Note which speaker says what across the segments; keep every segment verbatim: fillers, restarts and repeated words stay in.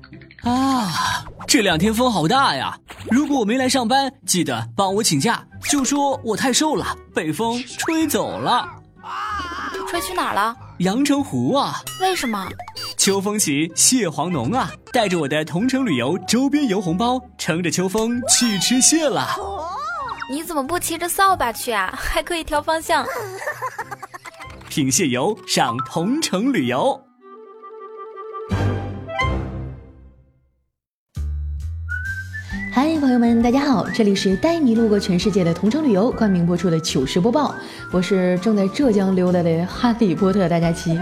Speaker 1: 啊，这两天风好大呀！如果我没来上班，记得帮我请假，就说我太瘦了，被风吹走了。
Speaker 2: 吹去哪儿了？
Speaker 1: 阳澄湖啊。
Speaker 2: 为什么？
Speaker 1: 秋风起，蟹黄浓啊！带着我的同城旅游周边游红包，乘着秋风去吃蟹了。
Speaker 2: 你怎么不骑着扫把去啊？还可以调方向。
Speaker 1: 品蟹游上同城旅游。
Speaker 3: 嗨，朋友们，大家好，这里是带你路过全世界的同城旅游冠名播出的糗事播报，我是正在浙江溜达的哈利波特大家期。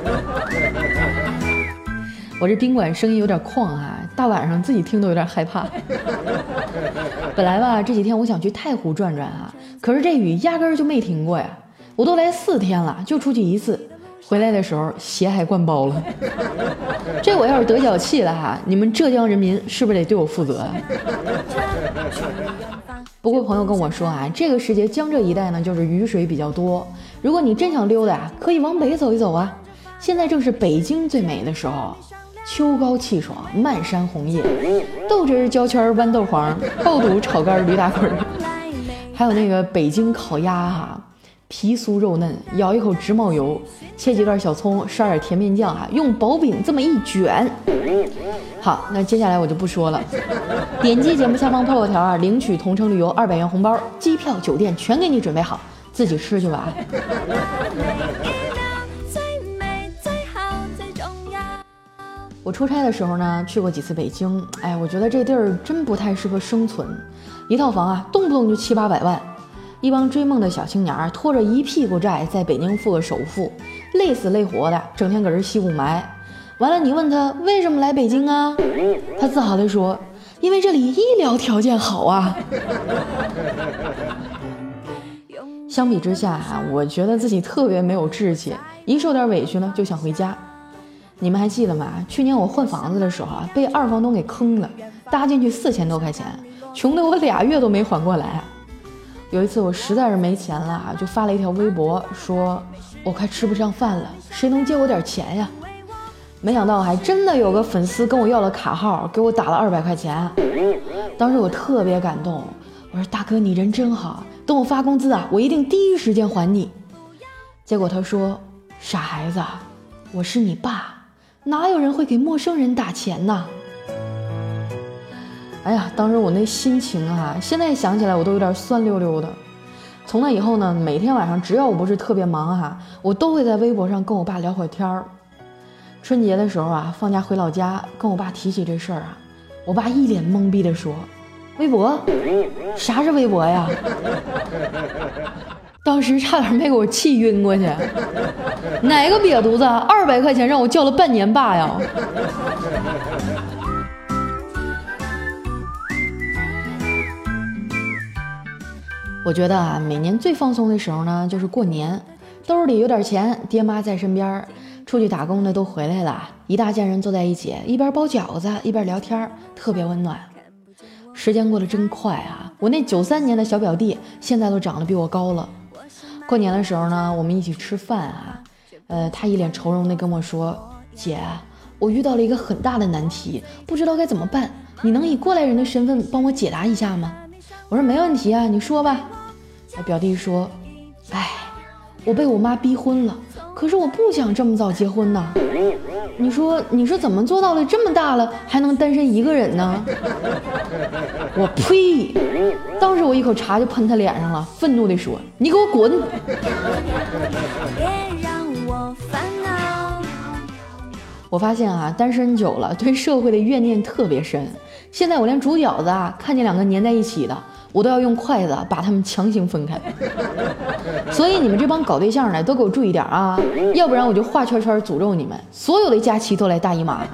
Speaker 3: 我这宾馆声音有点旷啊，大晚上自己听都有点害怕。本来吧，这几天我想去太湖转转啊，可是这雨压根儿就没停过呀。我都来四天了，就出去一次，回来的时候鞋还灌包了。这我要是得脚气了哈，你们浙江人民是不是得对我负责啊？不过朋友跟我说啊，这个时节江浙一带呢就是雨水比较多，如果你真想溜达啊，可以往北走一走啊。现在正是北京最美的时候，秋高气爽，漫山红叶，豆汁焦圈豌豆黄，爆肚炒肝驴打滚，还有那个北京烤鸭哈，皮酥肉嫩，咬一口直冒油，切几段小葱，刷点甜面酱哈，用薄饼这么一卷。好，那接下来我就不说了，点击节目下方泡泡条啊，领取同城旅游二百元红包，机票酒店全给你准备好，自己吃去吧。我出差的时候呢，去过几次北京，哎，我觉得这地儿真不太适合生存，一套房啊，动不动就七八百万。一帮追梦的小青年拖着一屁股债在北京付个首付，累死累活的，整天搁这吸雾霾。完了，你问他为什么来北京啊？他自豪地说：“因为这里医疗条件好啊。”相比之下哈，我觉得自己特别没有志气，一受点委屈呢就想回家。你们还记得吗？去年我换房子的时候啊，被二房东给坑了，搭进去四千多块钱，穷得我俩月都没缓过来。有一次我实在是没钱了，就发了一条微博，说我快吃不上饭了，谁能借我点钱呀？没想到还真的有个粉丝跟我要了卡号，给我打了二百块钱。当时我特别感动，我说大哥你人真好，等我发工资啊，我一定第一时间还你。结果他说，傻孩子，我是你爸，哪有人会给陌生人打钱呢？哎呀，当时我那心情啊，现在想起来我都有点酸溜溜的。从那以后呢，每天晚上只要我不是特别忙哈，我都会在微博上跟我爸聊会儿天儿。春节的时候啊，放假回老家，跟我爸提起这事儿啊，我爸一脸懵逼的说：“微博？啥是微博呀？”当时差点没给我气晕过去。哪个瘪犊子二百块钱让我叫了半年爸呀？我觉得啊，每年最放松的时候呢，就是过年，兜里有点钱，爹妈在身边，出去打工的都回来了，一大家人坐在一起，一边包饺子一边聊天，特别温暖。时间过得真快啊！我那九三年的小表弟现在都长得比我高了。过年的时候呢，我们一起吃饭啊，呃，他一脸愁容的跟我说：“姐，我遇到了一个很大的难题，不知道该怎么办，你能以过来人的身份帮我解答一下吗？”我说没问题啊，你说吧。表弟说：“哎，我被我妈逼婚了，可是我不想这么早结婚呢。你说你是怎么做到了这么大了还能单身一个人呢？”我呸！当时我一口茶就喷他脸上了，愤怒地说：“你给我滚！”我发现啊，单身久了对社会的怨念特别深。现在我连煮饺子啊，看见两个粘在一起的，我都要用筷子把他们强行分开。所以你们这帮搞对象的都给我注意点啊，要不然我就画圈圈诅咒你们，所有的假期都来大姨妈。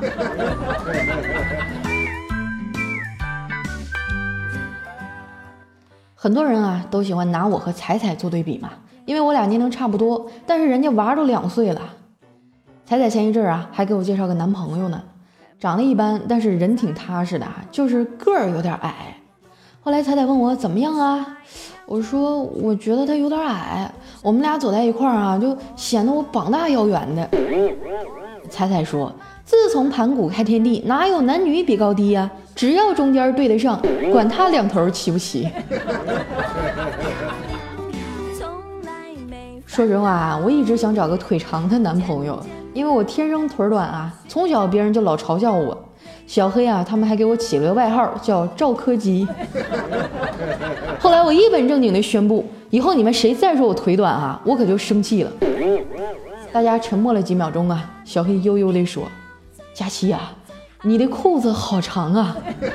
Speaker 3: 很多人啊都喜欢拿我和彩彩做对比嘛，因为我俩年龄差不多，但是人家娃都两岁了。彩彩前一阵啊还给我介绍个男朋友呢，长得一般，但是人挺踏实的，就是个儿有点矮。后来彩彩问我怎么样啊，我说我觉得他有点矮，我们俩走在一块儿啊，就显得我膀大腰圆的。 彩彩说，自从盘古开天地，哪有男女比高低呀、啊？只要中间对得上，管他两头齐不齐。说实话啊，我一直想找个腿长的男朋友，因为我天生腿短啊，从小别人就老嘲笑我。小黑啊，他们还给我起了个外号叫赵柯基。后来我一本正经地宣布，以后你们谁再说我腿短啊，我可就生气了。大家沉默了几秒钟啊，小黑悠悠地说，佳期啊，你的裤子好长啊。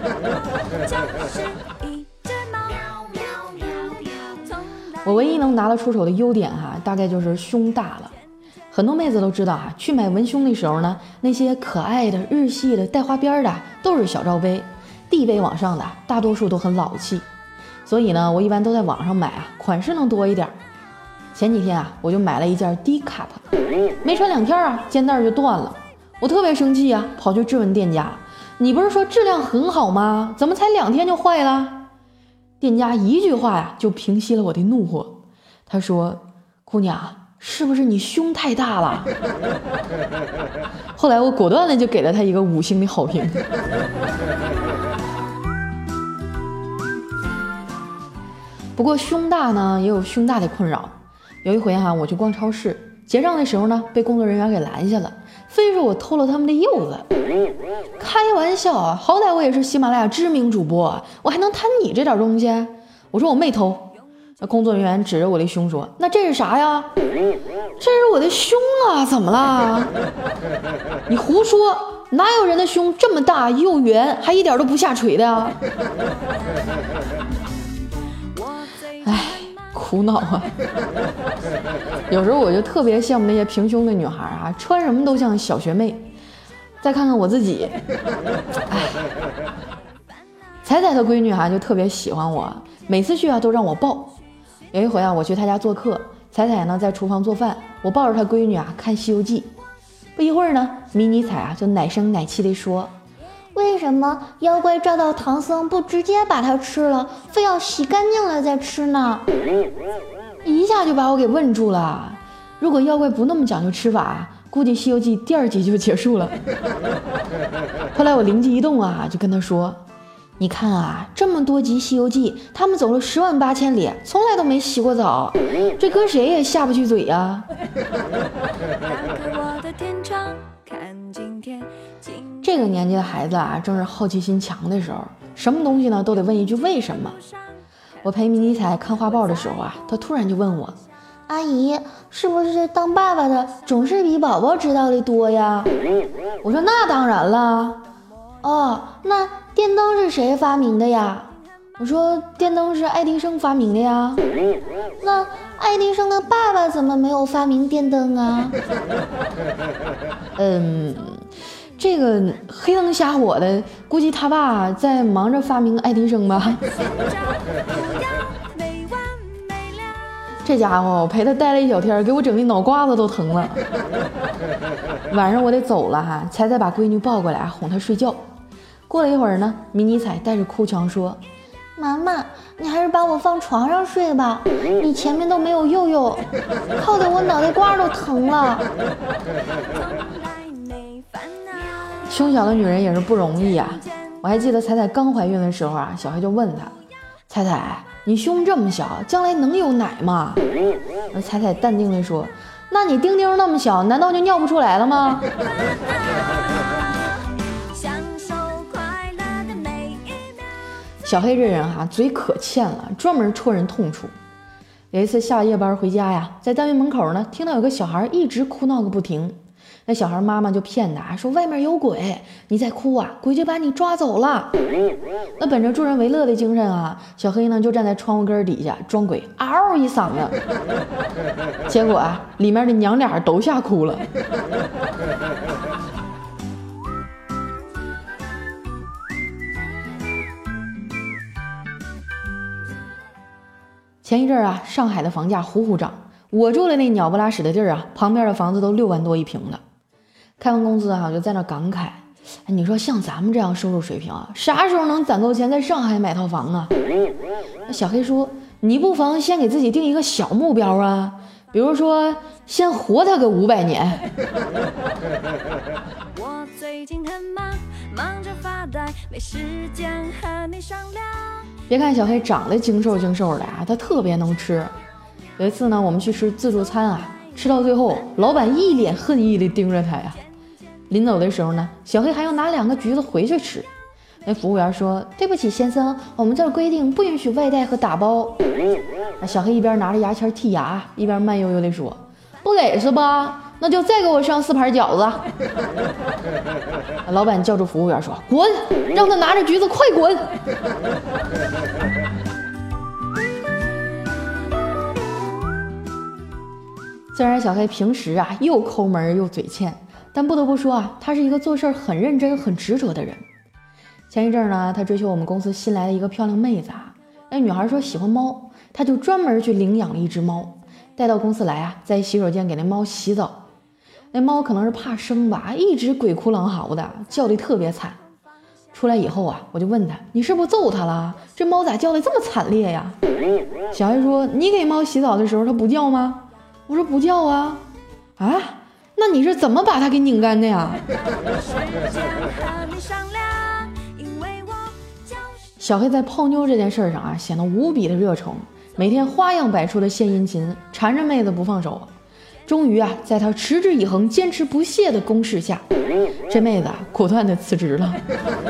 Speaker 3: 我唯一能拿得出手的优点哈、啊，大概就是胸大了。很多妹子都知道啊，去买文胸的时候呢，那些可爱的、日系的、带花边的都是小罩杯，地杯往上的大多数都很老气。所以呢，我一般都在网上买啊，款式能多一点。前几天啊，我就买了一件 D cup， 没穿两天啊，肩带就断了。我特别生气啊，跑去质问店家：“你不是说质量很好吗？怎么才两天就坏了？”店家一句话呀，就平息了我的怒火。他说：“姑娘，是不是你胸太大了？”后来我果断的就给了他一个五星的好评。不过胸大呢，也有胸大的困扰。有一回哈、啊，我去逛超市，结账的时候呢，被工作人员给拦下了，非说我偷了他们的柚子。开玩笑啊，好歹我也是喜马拉雅知名主播，我还能贪你这点东西？我说我没偷。那工作人员指着我的胸说：“那这是啥呀？”“这是我的胸啊，怎么啦？”“你胡说，哪有人的胸这么大又圆，还一点都不下垂的呀？”哎，苦恼啊！有时候我就特别羡慕那些平胸的女孩啊，穿什么都像小学妹。再看看我自己，哎，彩彩的闺女哈、啊、就特别喜欢我，每次去啊都让我抱。有一回啊，我去她家做客，彩彩呢在厨房做饭，我抱着她闺女啊看《西游记》。不一会儿呢，迷你彩啊就奶声奶气地说：“为什么妖怪抓到唐僧不直接把它吃了，非要洗干净了再吃呢？”一下就把我给问住了。如果妖怪不那么讲究吃法，估计《西游记》第二集就结束了。后来我灵机一动啊，就跟他说：“你看啊，这么多集《西游记》，他们走了十万八千里，从来都没洗过澡，这搁谁也下不去嘴呀、啊。”这个年纪的孩子啊，正是好奇心强的时候，什么东西呢都得问一句为什么。我陪迷你彩看画报的时候啊，他突然就问我：“阿姨，是不是当爸爸的总是比宝宝知道的多呀？”我说：“那当然了。”“哦，那电灯是谁发明的呀？”我说：“电灯是爱迪生发明的呀。”“那爱迪生的爸爸怎么没有发明电灯啊？”嗯，这个黑灯瞎火的，估计他爸在忙着发明爱迪生吧。这家伙我陪他待了一小天，给我整的脑瓜子都疼了。晚上我得走了哈，彩彩把闺女抱过来哄她睡觉。过了一会儿呢，迷你彩带着哭腔说：“妈妈，你还是把我放床上睡吧，你前面都没有佑佑，靠得我脑袋瓜都疼了。”胸小的女人也是不容易呀、啊。我还记得彩彩刚怀孕的时候啊，小黑就问她：“彩彩，你胸这么小，将来能有奶吗？”而彩彩淡定地说：“那你丁丁那么小，难道就尿不出来了吗？”小黑这人哈、啊，嘴可欠了，专门戳人痛处。有一次下夜班回家呀，在单位门口呢，听到有个小孩一直哭闹个不停。那小孩妈妈就骗他说外面有鬼，你再哭啊，鬼就把你抓走了。那本着助人为乐的精神啊，小黑呢就站在窗户根底下装鬼，嗷一嗓子，结果啊，里面的娘俩都吓哭了。前一阵啊，上海的房价呼呼涨，我住的那鸟不拉屎的地儿啊，旁边的房子都六万多一平了。开完工资啊，我就在那感慨，哎，你说像咱们这样收入水平啊，啥时候能攒够钱在上海买套房啊？那小黑说，你不妨先给自己定一个小目标啊， 比如说先活他个五百年。
Speaker 4: 我最近很忙，忙着发呆，没时间和你商量。
Speaker 3: 别看小黑长得精瘦精瘦的啊，他特别能吃。有一次呢，我们去吃自助餐啊，吃到最后，老板一脸恨意地盯着他呀。临走的时候呢，小黑还要拿两个橘子回去吃。那服务员说：“对不起，先生，我们这儿规定不允许外带和打包。”那小黑一边拿着牙签剔牙，一边慢悠悠地说：“不给是吧？那就再给我上四盘饺子。”老板叫住服务员说：“滚，让他拿着橘子快滚！”虽然小黑平时啊又抠门又嘴欠，但不得不说啊，他是一个做事很认真、很执着的人。前一阵呢，他追求我们公司新来的一个漂亮妹子啊，那女孩说喜欢猫，他就专门去领养了一只猫，带到公司来啊，在洗手间给那猫洗澡。那猫可能是怕生吧，一直鬼哭狼嚎的，叫得特别惨。出来以后啊，我就问他：“你是不是揍它了？这猫咋叫得这么惨烈呀？”小黑说：“你给猫洗澡的时候它不叫吗？”我说：“不叫啊。”啊，那你是怎么把它给拧干的呀？小黑在泡妞这件事上啊，显得无比的热衷，每天花样百出的献殷勤，缠着妹子不放手。终于啊，在他持之以恒、坚持不懈的攻势下，这妹子啊果断的辞职了。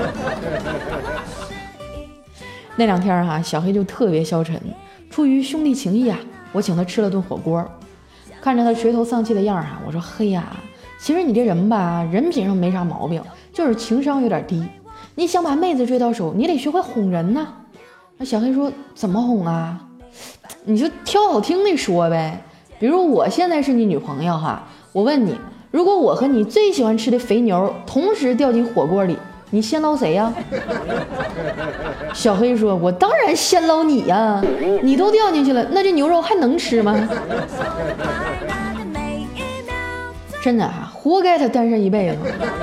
Speaker 3: 那两天哈、啊，小黑就特别消沉，出于兄弟情谊啊，我请他吃了顿火锅。看着他垂头丧气的样儿、啊、我说：“嘿呀，其实你这人吧，人品上没啥毛病，就是情商有点低。你想把妹子追到手，你得学会哄人呐。”那小黑说：“怎么哄啊？你就挑好听的说呗。比如我现在是你女朋友哈，我问你，如果我和你最喜欢吃的肥牛同时掉进火锅里，你先捞谁呀？”小黑说：“我当然先捞你呀，你都掉进去了，那这牛肉还能吃吗？”真的啊，活该他单身一辈子。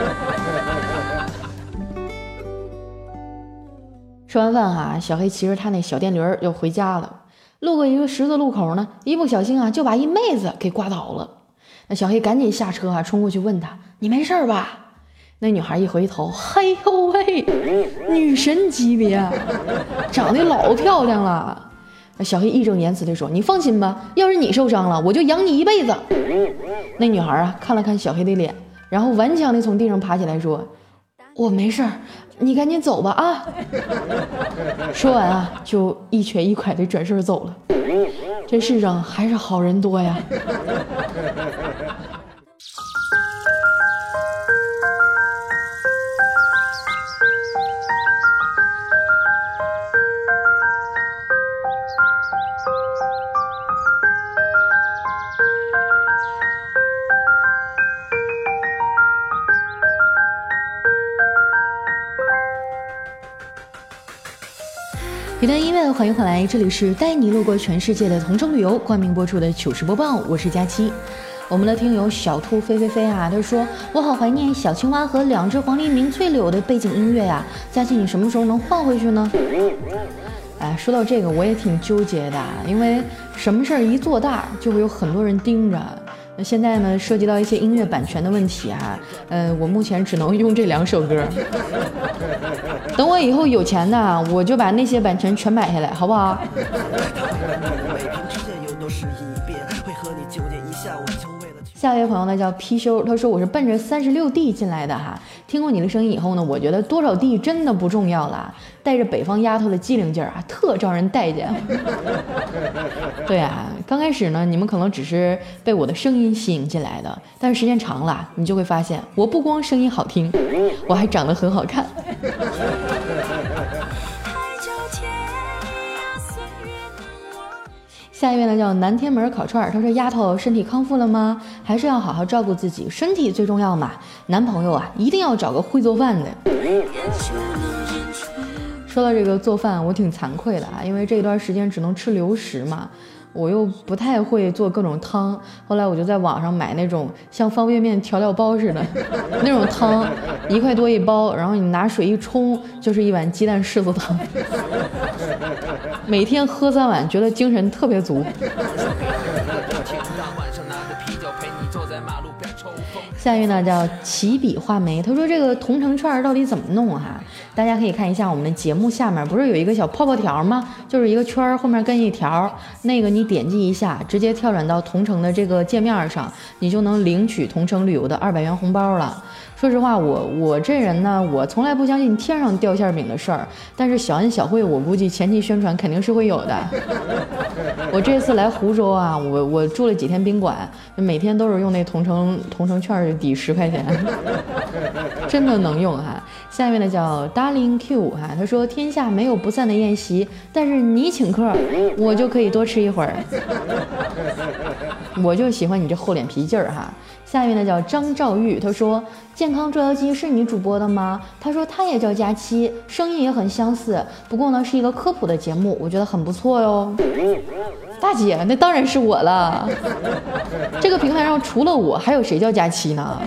Speaker 3: 吃完饭哈，小黑骑着他那小电驴又回家了。路过一个十字路口呢，一不小心啊就把一妹子给刮倒了。那小黑赶紧下车啊，冲过去问他：“你没事吧？”那女孩一回头，嘿呦喂，女神级别啊，长得老漂亮了。那小黑义正言辞地说：“你放心吧，要是你受伤了，我就养你一辈子。”那女孩啊看了看小黑的脸，然后顽强地从地上爬起来说：“我没事儿，你赶紧走吧啊！”说完啊，就一瘸一拐地转身走了。这世上还是好人多呀。一段音乐，欢迎回来，这里是带你路过全世界的同城旅游冠名播出的糗事播报，我是佳期。我们的听友小兔飞飞飞啊，他说：“我好怀念小青蛙和两只黄鹂鸣翠柳的背景音乐呀、啊，佳期你什么时候能换回去呢？”哎，说到这个我也挺纠结的，因为什么事儿一做大就会有很多人盯着。那现在呢，涉及到一些音乐版权的问题啊，呃，我目前只能用这两首歌。等我以后有钱呢，我就把那些版权全买下来，好不好？下一位朋友呢叫貔貅，他说我是奔着三十六 D 进来的哈，听过你的声音以后呢，我觉得多少 D 真的不重要了，带着北方丫头的机灵劲儿啊，特招人待见。对啊，刚开始呢，你们可能只是被我的声音吸引进来的，但是时间长了，你就会发现我不光声音好听，我还长得很好看。下一位呢叫南天门烤串，他说丫头身体康复了吗？还是要好好照顾自己，身体最重要嘛。男朋友啊一定要找个会做饭的。说到这个做饭，我挺惭愧的啊，因为这一段时间只能吃流食嘛，我又不太会做各种汤，后来我就在网上买那种像方便面调料包似的那种汤，一块多一包，然后你拿水一冲，就是一碗鸡蛋柿子汤。每天喝三碗，觉得精神特别足。 下一位呢叫起笔画眉，他说这个同城券到底怎么弄哈？大家可以看一下我们的节目下面不是有一个小泡泡条吗？就是一个圈后面跟一条，那个你点击一下，直接跳转到同城的这个界面上，你就能领取同城旅游的二百元红包了。说实话，我我这人呢，我从来不相信天上掉馅饼的事儿，但是小恩小惠，我估计前期宣传肯定是会有的。我这次来湖州啊，我我住了几天宾馆，每天都是用那同城同城券抵十块钱，真的能用哈。下面呢叫 Darling Q 哈，他说天下没有不散的宴席，但是你请客，我就可以多吃一会儿。我就喜欢你这厚脸皮劲儿哈。下面呢叫张兆玉，他说健康捉妖记是你主播的吗？他说他也叫佳期，声音也很相似，不过呢是一个科普的节目，我觉得很不错哟。大姐，那当然是我了。这个平台上除了我，还有谁叫佳期呢？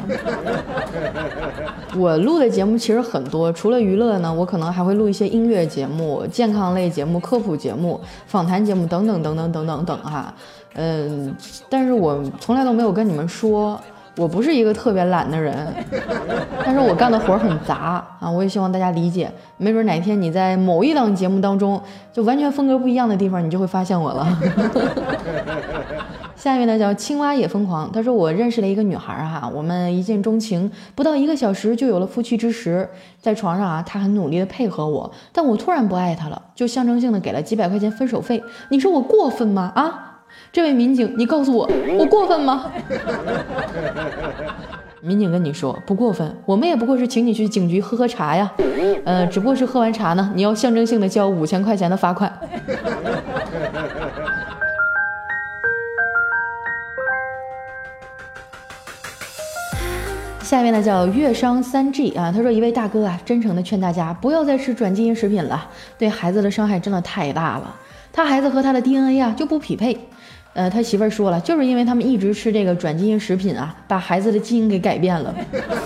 Speaker 3: 我录的节目其实很多，除了娱乐呢，我可能还会录一些音乐节目、健康类节目、科普节目、访谈节目等等等等等等等哈。嗯，但是我从来都没有跟你们说，我不是一个特别懒的人，但是我干的活很杂啊，我也希望大家理解。没准哪天你在某一档节目当中，就完全风格不一样的地方，你就会发现我了。下面呢叫青蛙也疯狂，他说我认识了一个女孩哈，我们一见钟情，不到一个小时就有了夫妻之实。在床上啊，她很努力的配合我，但我突然不爱她了，就象征性的给了几百块钱分手费。你说我过分吗？啊？这位民警，你告诉我，我过分吗？民警跟你说不过分，我们也不过是请你去警局喝喝茶呀，呃，只不过是喝完茶呢，你要象征性的交五千块钱的罚款。下面呢叫粤商三 G 啊，他说一位大哥啊，真诚的劝大家不要再吃转基因食品了，对孩子的伤害真的太大了，他孩子和他的 D N A 啊就不匹配。呃，他媳妇儿说了，就是因为他们一直吃这个转基因食品啊，把孩子的基因给改变了。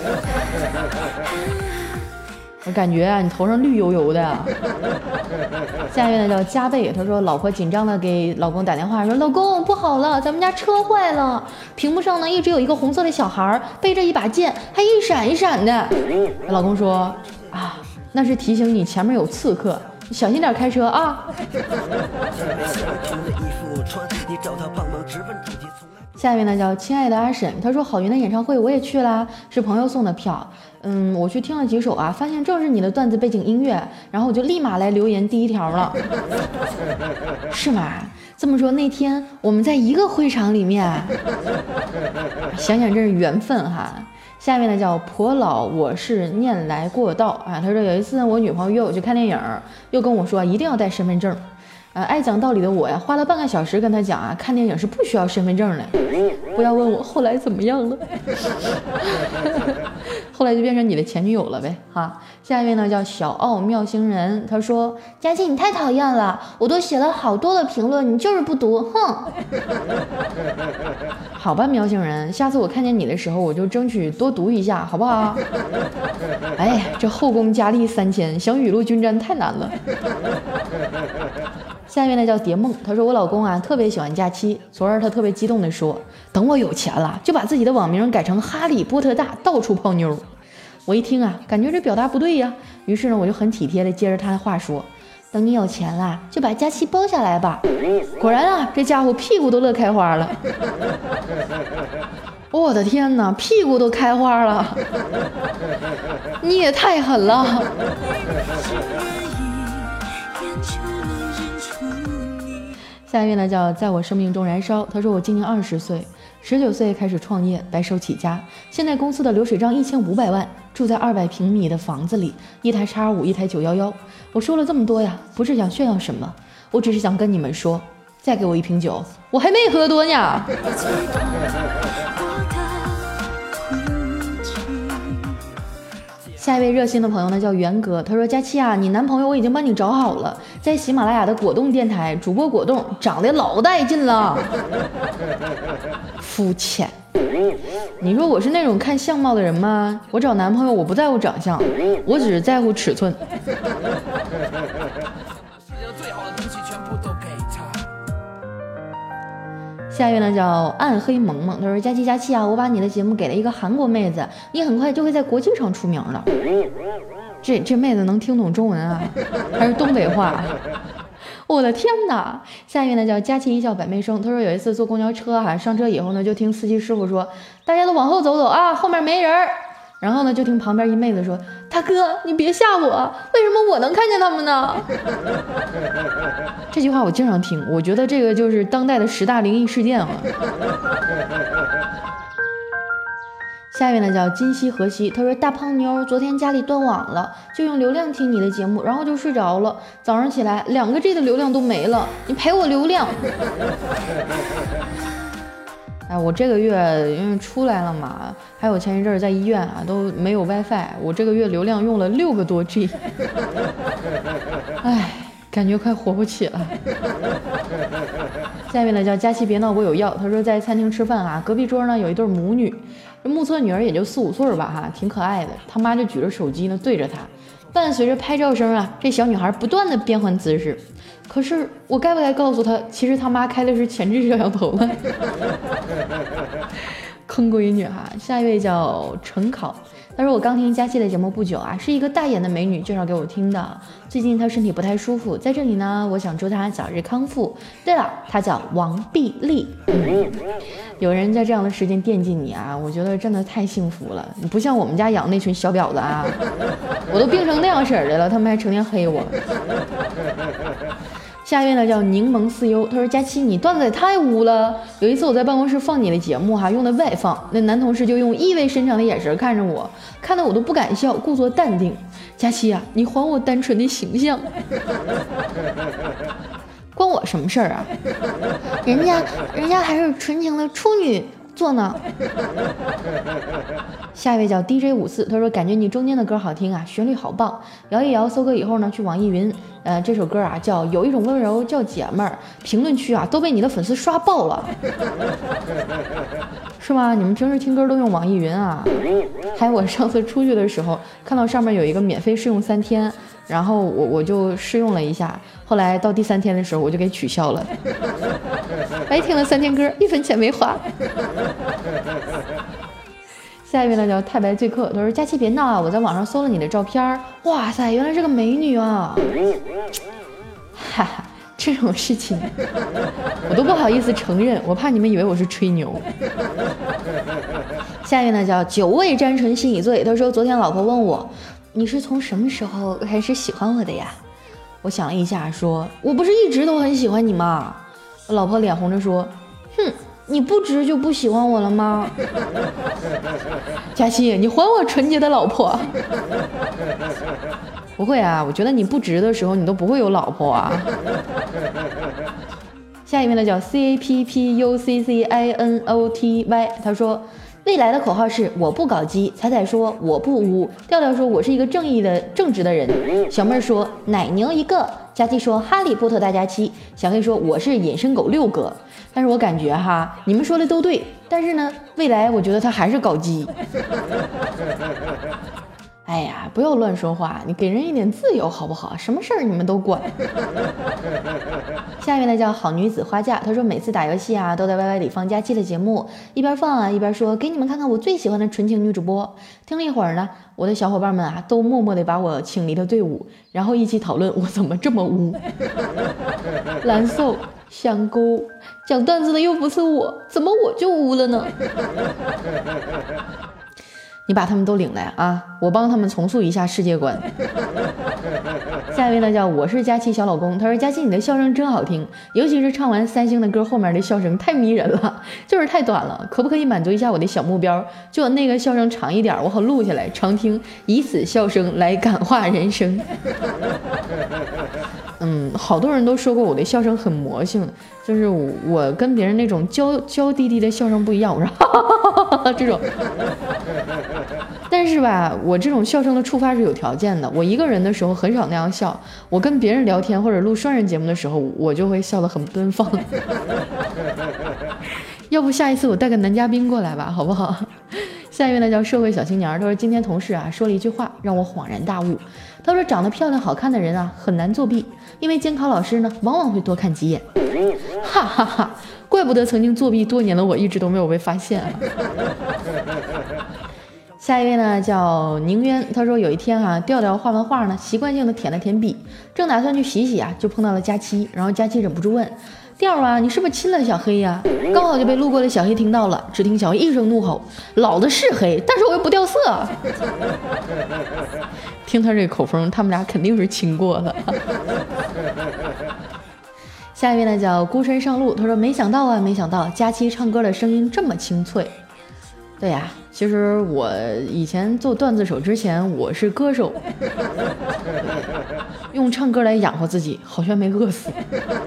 Speaker 3: 我感觉啊，你头上绿油油的啊。下面呢叫加倍，他说老婆紧张的给老公打电话说，老公不好了，咱们家车坏了，屏幕上呢一直有一个红色的小孩背着一把剑，还一闪一闪的。老公说啊，那是提醒你前面有刺客，小心点开车啊。下面呢叫亲爱的阿婶，他说郝云的演唱会我也去啦，是朋友送的票，嗯，我去听了几首啊，发现正是你的段子背景音乐，然后我就立马来留言第一条了。是吗？这么说那天我们在一个会场里面，想想真是缘分哈。下面呢叫婆老，我是念来过道啊。他说有一次我女朋友约我去看电影，又跟我说一定要带身份证。呃，爱讲道理的我呀，花了半个小时跟他讲啊，看电影是不需要身份证的。不要问我后来怎么样了，后来就变成你的前女友了呗哈。下一位呢叫小奥妙星人，他说佳琪你太讨厌了，我都写了好多的评论，你就是不读，哼。好吧，喵星人，下次我看见你的时候，我就争取多读一下，好不好？哎，这后宫佳丽三千，想雨露均沾太难了。下面呢叫蝶梦，他说我老公啊特别喜欢假期，昨儿他特别激动地说，等我有钱了就把自己的网名改成哈利波特大，到处泡妞。我一听啊，感觉这表达不对呀，于是呢我就很体贴的接着他的话说，等你有钱了就把假期包下来吧。果然啊，这家伙屁股都乐开花了。我的天哪，屁股都开花了，你也太狠了。下一位呢叫在我生命中燃烧，他说我今年二十岁，十九岁开始创业，白手起家，现在公司的流水账一千五百万，住在二百平米的房子里，一台叉五，一台九幺幺。我说了这么多呀，不是想炫耀什么，我只是想跟你们说，再给我一瓶酒，我还没喝多呢。下一位热心的朋友呢叫元哥，他说佳期啊，你男朋友我已经帮你找好了，在喜马拉雅的果冻电台，主播果冻，长得老带劲了。肤浅，你说我是那种看相貌的人吗？我找男朋友我不在乎长相，我只在乎尺寸。 下一位呢叫暗黑萌萌，他说佳期佳期啊，我把你的节目给了一个韩国妹子，你很快就会在国际上出名了。这这妹子能听懂中文啊，还是东北话？我的天哪！下一位呢叫佳期一笑百媚生，他说有一次坐公交车哈、啊，上车以后呢，就听司机师傅说，大家都往后走走啊，后面没人。然后呢，就听旁边一妹子说，大哥你别吓我，为什么我能看见他们呢？这句话我经常听，我觉得这个就是当代的十大灵异事件啊。下一位呢叫今夕何夕，他说大胖妞昨天家里断网了，就用流量听你的节目，然后就睡着了，早上起来两个 G 的流量都没了，你赔我流量。哎，我这个月因为出来了嘛，还有前一阵儿在医院啊都没有 WiFi， 我这个月流量用了六个多 G， 哎，感觉快活不起了。下一位呢叫佳期别闹我有药，他说在餐厅吃饭啊，隔壁桌呢有一对母女，这目测女儿也就四五岁吧哈，挺可爱的，他妈就举着手机呢对着她，伴随着拍照声啊，这小女孩不断的变换姿势。可是我该不该告诉她，其实他妈开的是前置摄像头呢？坑闺女哈。下一位叫陈考，他说我刚听佳期的节目不久啊，是一个大眼的美女介绍给我听的，最近她身体不太舒服，在这里呢我想祝她早日康复。对了，她叫王碧丽、嗯、有人在这样的时间惦记你啊，我觉得真的太幸福了，你不像我们家养那群小婊子啊，我都病成那样式儿的了，他们还成天黑我。下一位呢叫柠檬似优，他说佳期你段子也太污了，有一次我在办公室放你的节目哈，用的外放，那男同事就用意味深长的眼神看着我，看得我都不敢笑，故作淡定。佳期啊，你还我单纯的形象。关我什么事儿啊？人家人家还是纯情的处女座呢。下一位叫 D J 五四，他说感觉你中间的歌好听啊，旋律好棒，摇一摇搜歌以后呢，去网易云，呃，这首歌啊叫有一种温柔叫姐妹儿，评论区啊都被你的粉丝刷爆了。是吗？你们平时听歌都用网易云啊？还有我上次出去的时候看到上面有一个免费试用三天，然后我我就试用了一下，后来到第三天的时候我就给取消了。白听了三天歌，一分钱没花。下一位呢叫太白醉客，他说佳期别闹啊，我在网上搜了你的照片，哇塞，原来是个美女啊！哈哈，这种事情我都不好意思承认，我怕你们以为我是吹牛。下一位呢叫久未沾唇心已醉，他说昨天老婆问我，你是从什么时候开始喜欢我的呀？我想了一下说，我不是一直都很喜欢你吗？我老婆脸红着说，哼，你不直就不喜欢我了吗？佳期，你还我纯洁的老婆。不会啊，我觉得你不直的时候你都不会有老婆啊。下一位呢叫 C A P P U C C I N O T Y， 他说未来的口号是我不搞基，彩彩说我不污，调调说我是一个正义的正直的人，小妹说奶牛一个，佳期说哈利波特大家期，小黑说我是隐身狗六哥。但是我感觉哈，你们说的都对，但是呢，未来我觉得他还是搞基。哎呀，不要乱说话，你给人一点自由好不好？什么事儿你们都管。下一位呢叫好女子花嫁，她说每次打游戏啊，都在 Y Y 里放佳期的节目，一边放啊一边说给你们看看我最喜欢的纯情女主播。听了一会儿呢，我的小伙伴们啊都默默地把我请离了队伍，然后一起讨论我怎么这么污。蓝瘦香菇讲段子的又不是我，怎么我就污了呢？你把他们都领来啊，我帮他们重塑一下世界观。下一位呢叫我是佳期小老公，他说佳期你的笑声真好听，尤其是唱完三星的歌后面的笑声太迷人了，就是太短了，可不可以满足一下我的小目标，就那个笑声长一点，我好录下来常听，以此笑声来感化人生。嗯，好多人都说过我的笑声很魔性，就是我, 我跟别人那种娇娇滴滴的笑声不一样，我说哈哈哈哈这种。但是吧，我这种笑声的触发是有条件的，我一个人的时候很少那样笑，我跟别人聊天或者录双人节目的时候，我就会笑得很奔放。要不下一次我带个男嘉宾过来吧，好不好？ 下一位呢叫社会小青年，他说今天同事啊说了一句话让我恍然大悟，他说长得漂亮好看的人啊很难作弊，因为监考老师呢往往会多看几眼。哈哈哈，怪不得曾经作弊多年的我一直都没有被发现啊。下一位呢叫宁渊，他说有一天啊调调画完画呢习惯性的舔了舔笔，正打算去洗洗啊就碰到了佳期，然后佳期忍不住问调啊你是不是亲了小黑呀、啊？刚好就被路过的小黑听到了，只听小黑一声怒吼，老子是黑但是我又不掉色。听他这口风他们俩肯定是亲过了。下一位呢叫孤身上路，他说没想到啊没想到佳期唱歌的声音这么清脆。对呀、啊，其实我以前做段子手之前我是歌手，用唱歌来养活自己好像没饿死。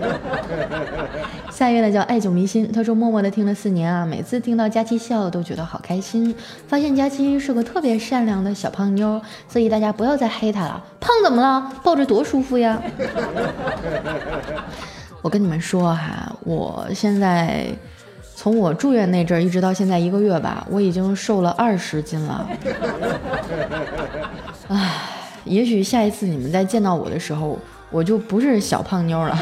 Speaker 3: 下一位呢叫爱久弥新，他说默默的听了四年啊，每次听到佳期笑都觉得好开心，发现佳期是个特别善良的小胖妞，所以大家不要再黑她了，胖怎么了，抱着多舒服呀。我跟你们说哈、啊，我现在从我住院那阵儿一直到现在一个月吧，我已经瘦了二十斤了。唉，也许下一次你们再见到我的时候，我就不是小胖妞了。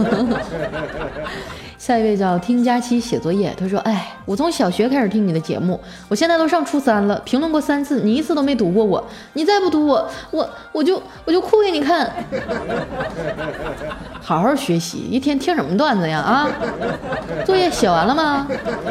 Speaker 3: 下一位叫听佳期写作业，他说哎，我从小学开始听你的节目，我现在都上初三了，评论过三次，你一次都没读过我，你再不读我我我就我就哭给你看。好好学习，一天听什么段子呀啊？作业写完了吗？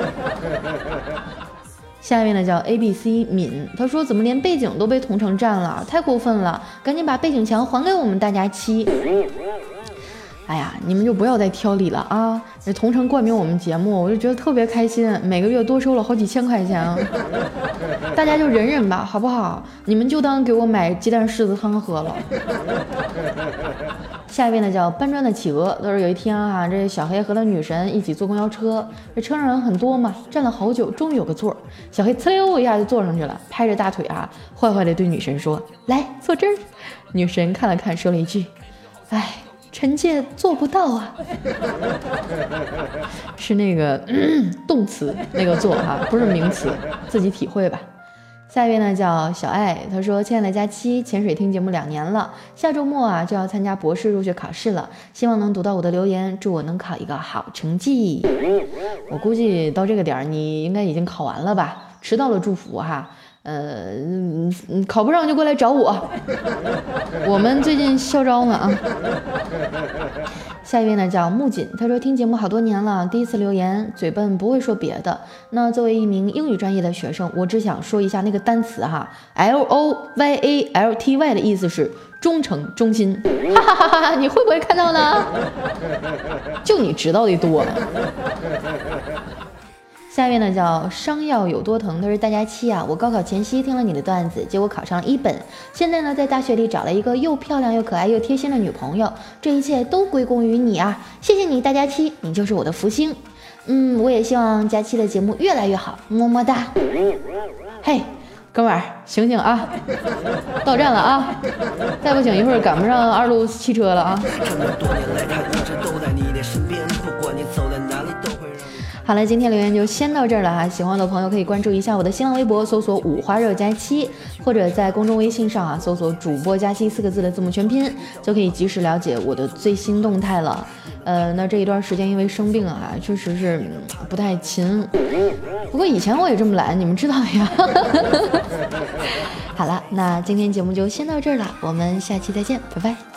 Speaker 3: 下一位呢叫 A B C 敏，他说怎么连背景都被同城占了，太过分了，赶紧把背景墙还给我们大家期。哎呀，你们就不要再挑理了啊！这同城冠名我们节目，我就觉得特别开心，每个月多收了好几千块钱啊！大家就忍忍吧，好不好？你们就当给我买鸡蛋柿子汤喝了。下一位呢叫搬砖的企鹅，他说有一天啊，这小黑和他女神一起坐公交车，这车上人很多嘛，站了好久，终于有个座，小黑呲溜一下就坐上去了，拍着大腿啊，坏坏的对女神说：“来坐这儿。”女神看了看，说了一句：“哎。”臣妾做不到啊。是那个、嗯、动词那个做哈、啊，不是名词，自己体会吧。下一位呢叫小爱，他说亲爱的佳期，潜水听节目两年了，下周末啊就要参加博士入学考试了，希望能读到我的留言，祝我能考一个好成绩。我估计到这个点儿你应该已经考完了吧，迟到了祝福哈。呃，考不上就过来找我，我们最近校招呢啊。下一位呢叫木槿，他说听节目好多年了，第一次留言，嘴笨不会说别的。那作为一名英语专业的学生，我只想说一下那个单词哈 ，L O Y A L T Y 的意思是忠诚忠心，哈哈哈哈！你会不会看到呢？就你知道的多。下一位呢叫伤药有多疼，他说大家期啊，我高考前夕听了你的段子，结果考上了一本，现在呢在大学里找了一个又漂亮又可爱又贴心的女朋友，这一切都归功于你啊，谢谢你大家期，你就是我的福星。嗯，我也希望佳期的节目越来越好，么么哒。嘿，哥们儿醒醒啊，到站了啊，再不醒一会儿赶不上二路汽车了啊。这么多年来他一直都在你的身边，不管你走在哪里都会让你。好了，今天留言就先到这儿了哈。喜欢我的朋友可以关注一下我的新浪微博，搜索五花肉佳期，或者在公众微信上啊搜索主播佳期四个字的字母全拼，就可以及时了解我的最新动态了。呃，那这一段时间因为生病啊，确实是、嗯、不太勤。不过以前我也这么懒，你们知道的呀。好了，那今天节目就先到这儿了，我们下期再见，拜拜。